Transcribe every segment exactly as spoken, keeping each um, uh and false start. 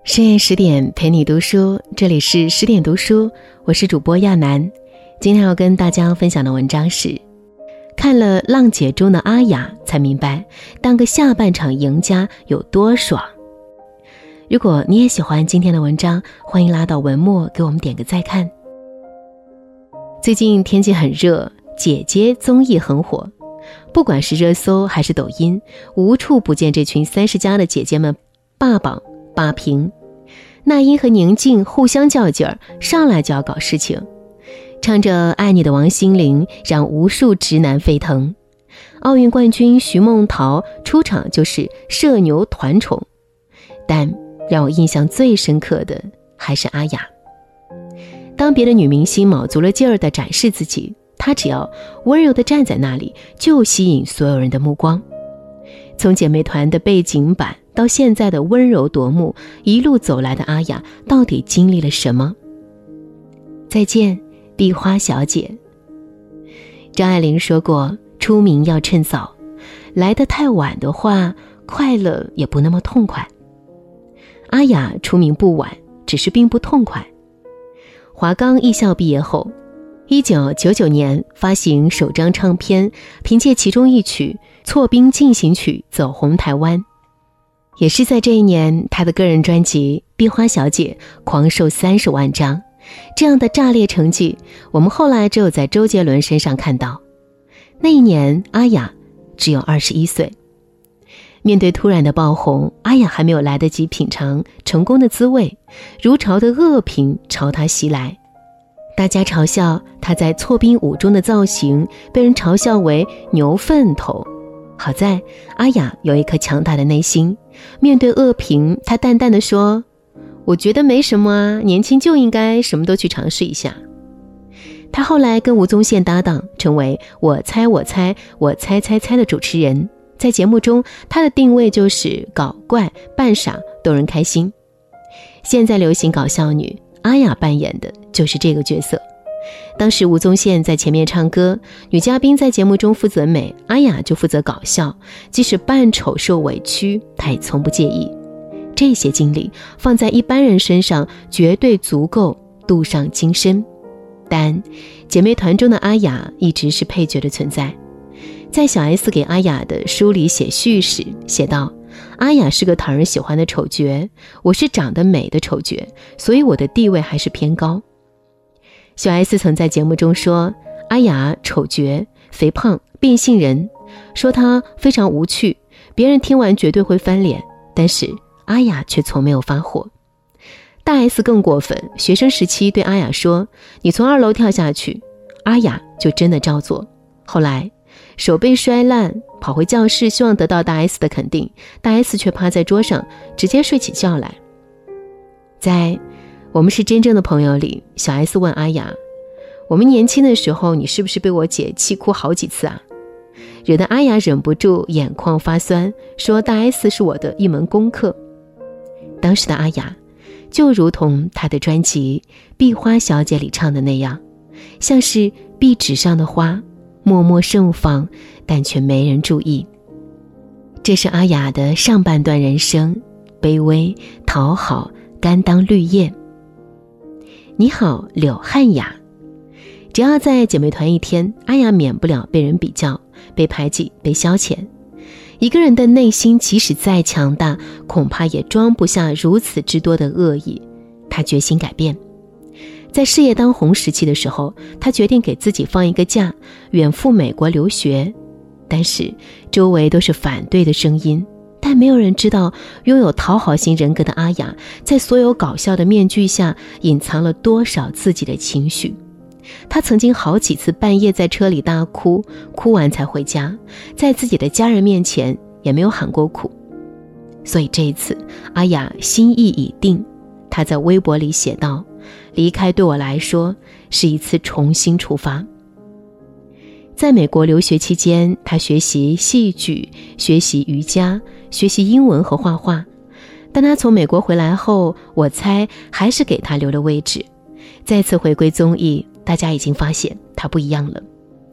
深夜十点陪你读书，这里是十点读书，我是主播亚楠。今天要跟大家分享的文章是看了浪姐中的阿雅才明白当个下半场赢家有多爽。如果你也喜欢今天的文章，欢迎拉到文末给我们点个再看。最近天气很热，姐姐综艺很火，不管是热搜还是抖音，无处不见这群三十加的姐姐们霸榜霸屏。那英和宁静互相较劲儿，上来就要搞事情，唱着爱你的王心凌让无数直男沸腾。奥运冠军徐梦桃出场就是社牛团宠，但让我印象最深刻的还是阿雅。当别的女明星卯足了劲儿地展示自己，她只要温柔地站在那里，就吸引所有人的目光。从姐妹团的背景板到现在的温柔夺目，一路走来的阿雅到底经历了什么？再见，碧花小姐。张爱玲说过，出名要趁早，来得太晚的话，快乐也不那么痛快。阿雅出名不晚，只是并不痛快。华冈艺校毕业后，一九九九年发行首张唱片，凭借其中一曲《错冰进行曲》走红台湾。也是在这一年，她的个人专辑《碧花小姐》狂售三十万张，这样的炸裂成绩，我们后来只有在周杰伦身上看到。那一年，阿雅只有二十一岁。面对突然的爆红，阿雅还没有来得及品尝成功的滋味，如潮的恶评朝她袭来。大家嘲笑她在错冰舞中的造型，被人嘲笑为牛粪头。好在阿雅有一颗强大的内心，面对恶评，她淡淡地说，我觉得没什么啊，年轻就应该什么都去尝试一下。她后来跟吴宗宪搭档，成为我猜我猜我猜猜猜的主持人。在节目中，她的定位就是搞怪扮傻逗人开心。现在流行搞笑女，阿雅扮演的就是这个角色。当时吴宗宪在前面唱歌，女嘉宾在节目中负责美，阿雅就负责搞笑，即使扮丑受委屈，她也从不介意。这些经历放在一般人身上绝对足够镀上金身，但姐妹团中的阿雅一直是配角的存在。在小 S 给阿雅的书里写序时写道，阿雅是个讨人喜欢的丑角，我是长得美的丑角，所以我的地位还是偏高。小 S 曾在节目中说，阿雅丑角、肥胖、变性人，说她非常无趣，别人听完绝对会翻脸，但是阿雅却从没有发火。大 S 更过分，学生时期对阿雅说，你从二楼跳下去，阿雅就真的照做。后来手被摔烂，跑回教室希望得到大 S 的肯定，大 S 却趴在桌上直接睡起觉来。在我们是真正的朋友里，小 S 问阿雅，我们年轻的时候你是不是被我姐气哭好几次啊？惹得阿雅忍不住眼眶发酸，说大 S 是我的一门功课。当时的阿雅就如同她的专辑《碧花小姐》里唱的那样，像是壁纸上的花，默默盛放，但却没人注意。这是阿雅的上半段人生，卑微、讨好、甘当绿叶。你好，柳汉雅。只要在姐妹团一天，阿雅免不了被人比较、被排挤、被消遣。一个人的内心即使再强大，恐怕也装不下如此之多的恶意。她决心改变。在事业当红时期的时候，她决定给自己放一个假，远赴美国留学。但是周围都是反对的声音，但没有人知道，拥有讨好型人格的阿雅，在所有搞笑的面具下隐藏了多少自己的情绪。她曾经好几次半夜在车里大哭，哭完才回家，在自己的家人面前也没有喊过苦。所以这一次阿雅心意已定，她在微博里写道，离开对我来说是一次重新出发。在美国留学期间，她学习戏剧，学习瑜伽，学习英文和画画。但她从美国回来后，我猜还是给她留了位置。再次回归综艺，大家已经发现她不一样了。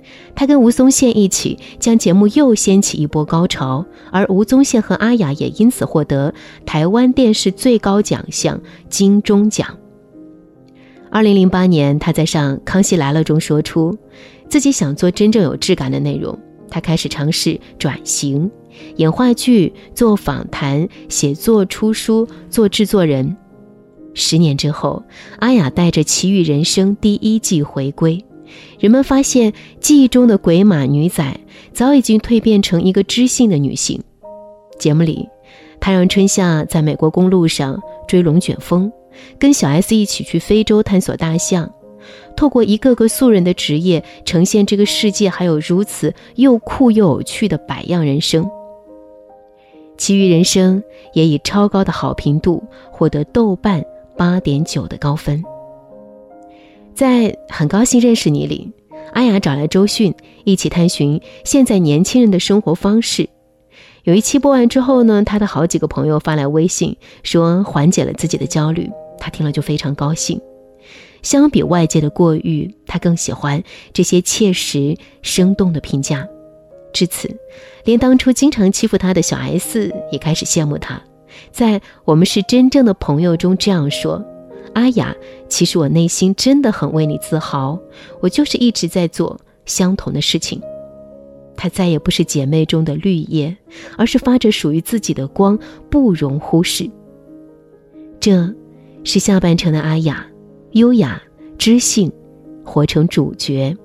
他跟吴宗宪一起将节目又掀起一波高潮，而吴宗宪和阿雅也因此获得台湾电视最高奖项金钟奖。二零零八年，他在上《康熙来了》中说出自己想做真正有质感的内容，他开始尝试转型，演话剧、做访谈、写作、出书、做制作人。十年之后，阿雅带着《奇遇人生》第一季回归，人们发现记忆中的鬼马女仔早已经蜕变成一个知性的女性。节目里，她让春夏在美国公路上追龙卷风，跟小 S 一起去非洲探索大象，透过一个个素人的职业，呈现这个世界还有如此又酷又有趣的百样人生。其余人生也以超高的好评度获得豆瓣 八点九 的高分。在很高兴认识你里，阿雅找来周迅一起探寻现在年轻人的生活方式。有一期播完之后呢，他的好几个朋友发来微信说缓解了自己的焦虑，他听了就非常高兴。相比外界的过誉，他更喜欢这些切实生动的评价。至此，连当初经常欺负他的小 S 也开始羡慕他，在我们是真正的朋友中这样说：阿雅，其实我内心真的很为你自豪，我就是一直在做相同的事情。她再也不是姐妹中的绿叶，而是发着属于自己的光，不容忽视。这是下半程的阿雅，优雅、知性，活成主角。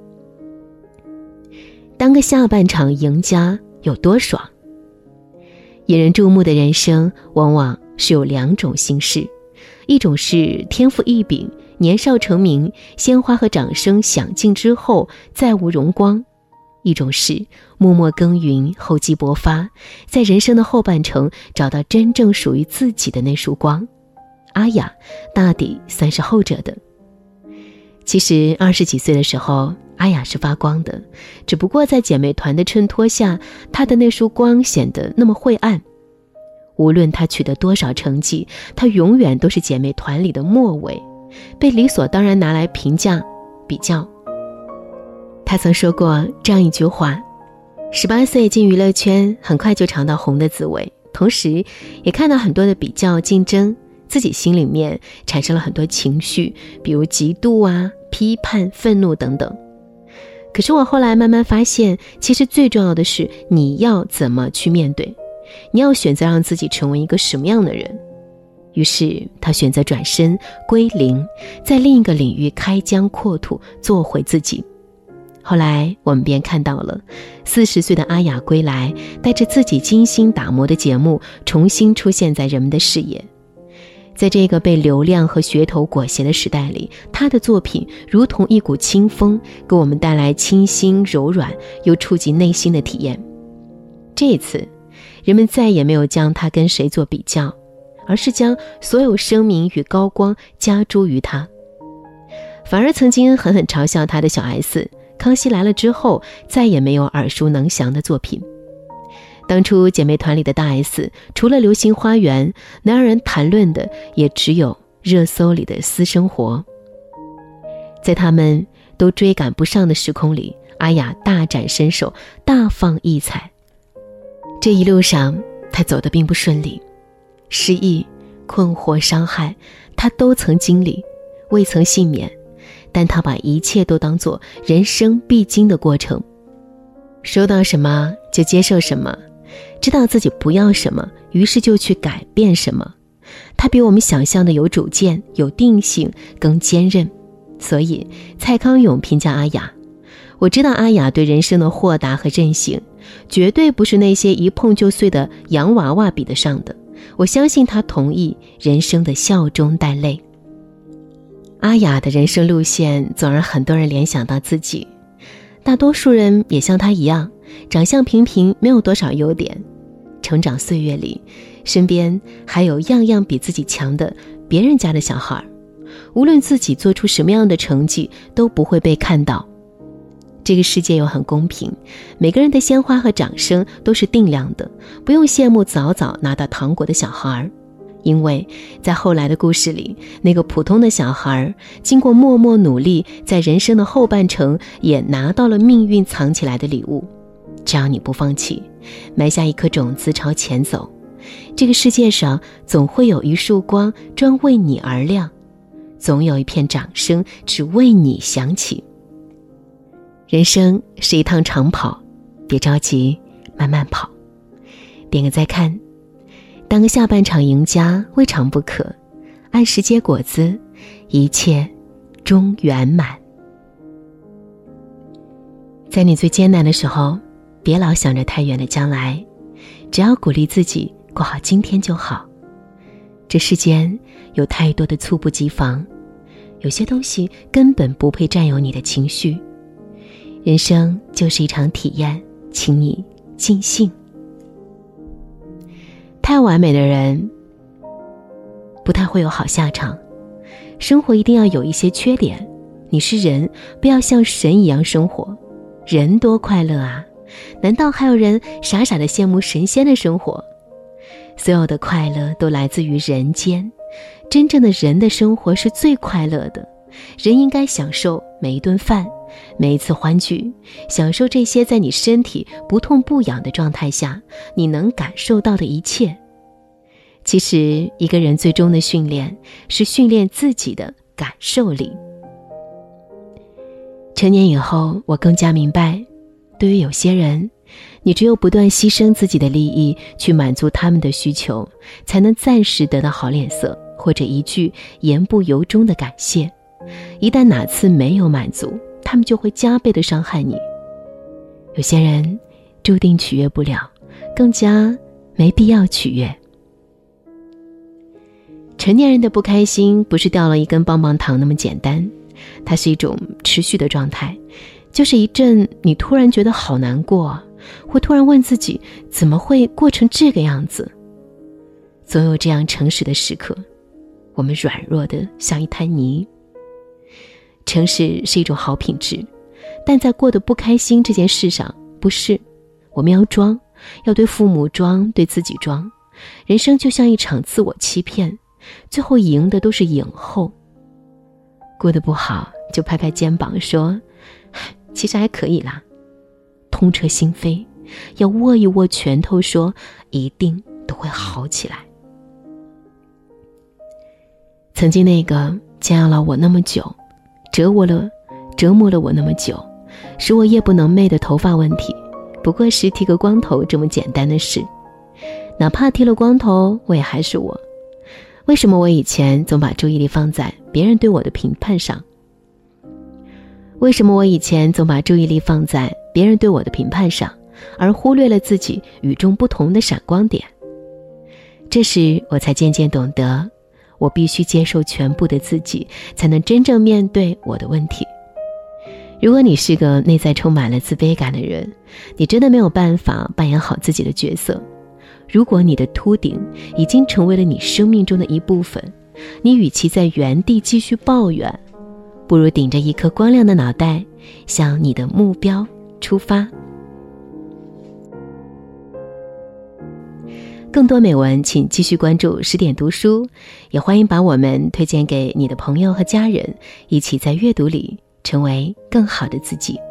当个下半场赢家有多爽？引人注目的人生往往是有两种形式，一种是天赋异禀，年少成名，鲜花和掌声响尽之后再无荣光；一种是默默耕耘，厚积薄发，在人生的后半程找到真正属于自己的那束光。阿雅大抵算是后者的。其实二十几岁的时候，阿雅是发光的，只不过在姐妹团的衬托下，她的那束光显得那么晦暗。无论她取得多少成绩，她永远都是姐妹团里的末尾，被理所当然拿来评价、比较。她曾说过这样一句话：十八岁进娱乐圈，很快就尝到红的滋味，同时也看到很多的比较竞争，自己心里面产生了很多情绪，比如嫉妒啊、批判、愤怒等等。可是我后来慢慢发现，其实最重要的是你要怎么去面对，你要选择让自己成为一个什么样的人。于是他选择转身归零，在另一个领域开疆扩土，做回自己。后来我们便看到了四十岁的阿雅归来，带着自己精心打磨的节目重新出现在人们的视野。在这个被流量和噱头裹挟的时代里，他的作品如同一股清风，给我们带来清新柔软又触及内心的体验。这一次，人们再也没有将他跟谁做比较，而是将所有声名与高光加诸于他。反而曾经狠狠嘲笑他的小 S， 康熙来了之后再也没有耳熟能详的作品。当初姐妹团里的大 S， 除了流星花园，能让人谈论的也只有热搜里的私生活。在他们都追赶不上的时空里，阿雅大展身手，大放异彩。这一路上她走得并不顺利，失意、困惑、伤害她都曾经历，未曾幸免，但她把一切都当作人生必经的过程。收到什么就接受什么，知道自己不要什么，于是就去改变什么。他比我们想象的有主见、有定性、更坚韧。所以蔡康永评价阿雅：我知道阿雅对人生的豁达和韧性，绝对不是那些一碰就碎的洋娃娃比得上的。我相信她同意人生的笑中带泪。阿雅的人生路线总让很多人联想到自己，大多数人也像她一样，长相平平，没有多少优点。成长岁月里，身边还有样样比自己强的别人家的小孩，无论自己做出什么样的成绩，都不会被看到。这个世界又很公平，每个人的鲜花和掌声都是定量的，不用羡慕早早拿到糖果的小孩， 因为在后来的故事里，那个普通的小孩经过默默努力，在人生的后半程也拿到了命运藏起来的礼物。只要你不放弃，埋下一颗种子朝前走，这个世界上总会有一束光专为你而亮，总有一片掌声只为你响起。人生是一趟长跑，别着急，慢慢跑。点个再看，当个下半场赢家未尝不可，按时结果子，一切终圆满。在你最艰难的时候，别老想着太远的将来，只要鼓励自己过好今天就好。这世间有太多的猝不及防，有些东西根本不配占有你的情绪。人生就是一场体验，请你尽兴。太完美的人不太会有好下场，生活一定要有一些缺点，你是人，不要像神一样生活。人多快乐啊，难道还有人傻傻的羡慕神仙的生活？所有的快乐都来自于人间，真正的人的生活是最快乐的。人应该享受每一顿饭，每一次欢聚，享受这些在你身体不痛不痒的状态下你能感受到的一切。其实一个人最终的训练是训练自己的感受力。成年以后，我更加明白，对于有些人，你只有不断牺牲自己的利益去满足他们的需求，才能暂时得到好脸色或者一句言不由衷的感谢。一旦哪次没有满足，他们就会加倍的伤害你。有些人注定取悦不了，更加没必要取悦。成年人的不开心不是掉了一根棒棒糖那么简单，它是一种持续的状态，就是一阵你突然觉得好难过，会突然问自己怎么会过成这个样子。总有这样诚实的时刻，我们软弱的像一滩泥。诚实是一种好品质，但在过得不开心这件事上，不是我们要装，要对父母装，对自己装。人生就像一场自我欺骗，最后赢的都是影后。过得不好就拍拍肩膀说其实还可以啦，痛彻心扉，要握一握拳头说一定都会好起来。曾经那个煎熬了我那么久，折磨了折磨了我那么久，使我夜不能寐的头发问题，不过是剃个光头这么简单的事。哪怕剃了光头，我也还是我。为什么我以前总把注意力放在别人对我的评判上？为什么我以前总把注意力放在别人对我的评判上，而忽略了自己与众不同的闪光点？这时我才渐渐懂得，我必须接受全部的自己，才能真正面对我的问题。如果你是个内在充满了自卑感的人，你真的没有办法扮演好自己的角色。如果你的秃顶已经成为了你生命中的一部分，你与其在原地继续抱怨，不如顶着一颗光亮的脑袋，向你的目标出发。更多美文请继续关注十点读书，也欢迎把我们推荐给你的朋友和家人，一起在阅读里成为更好的自己。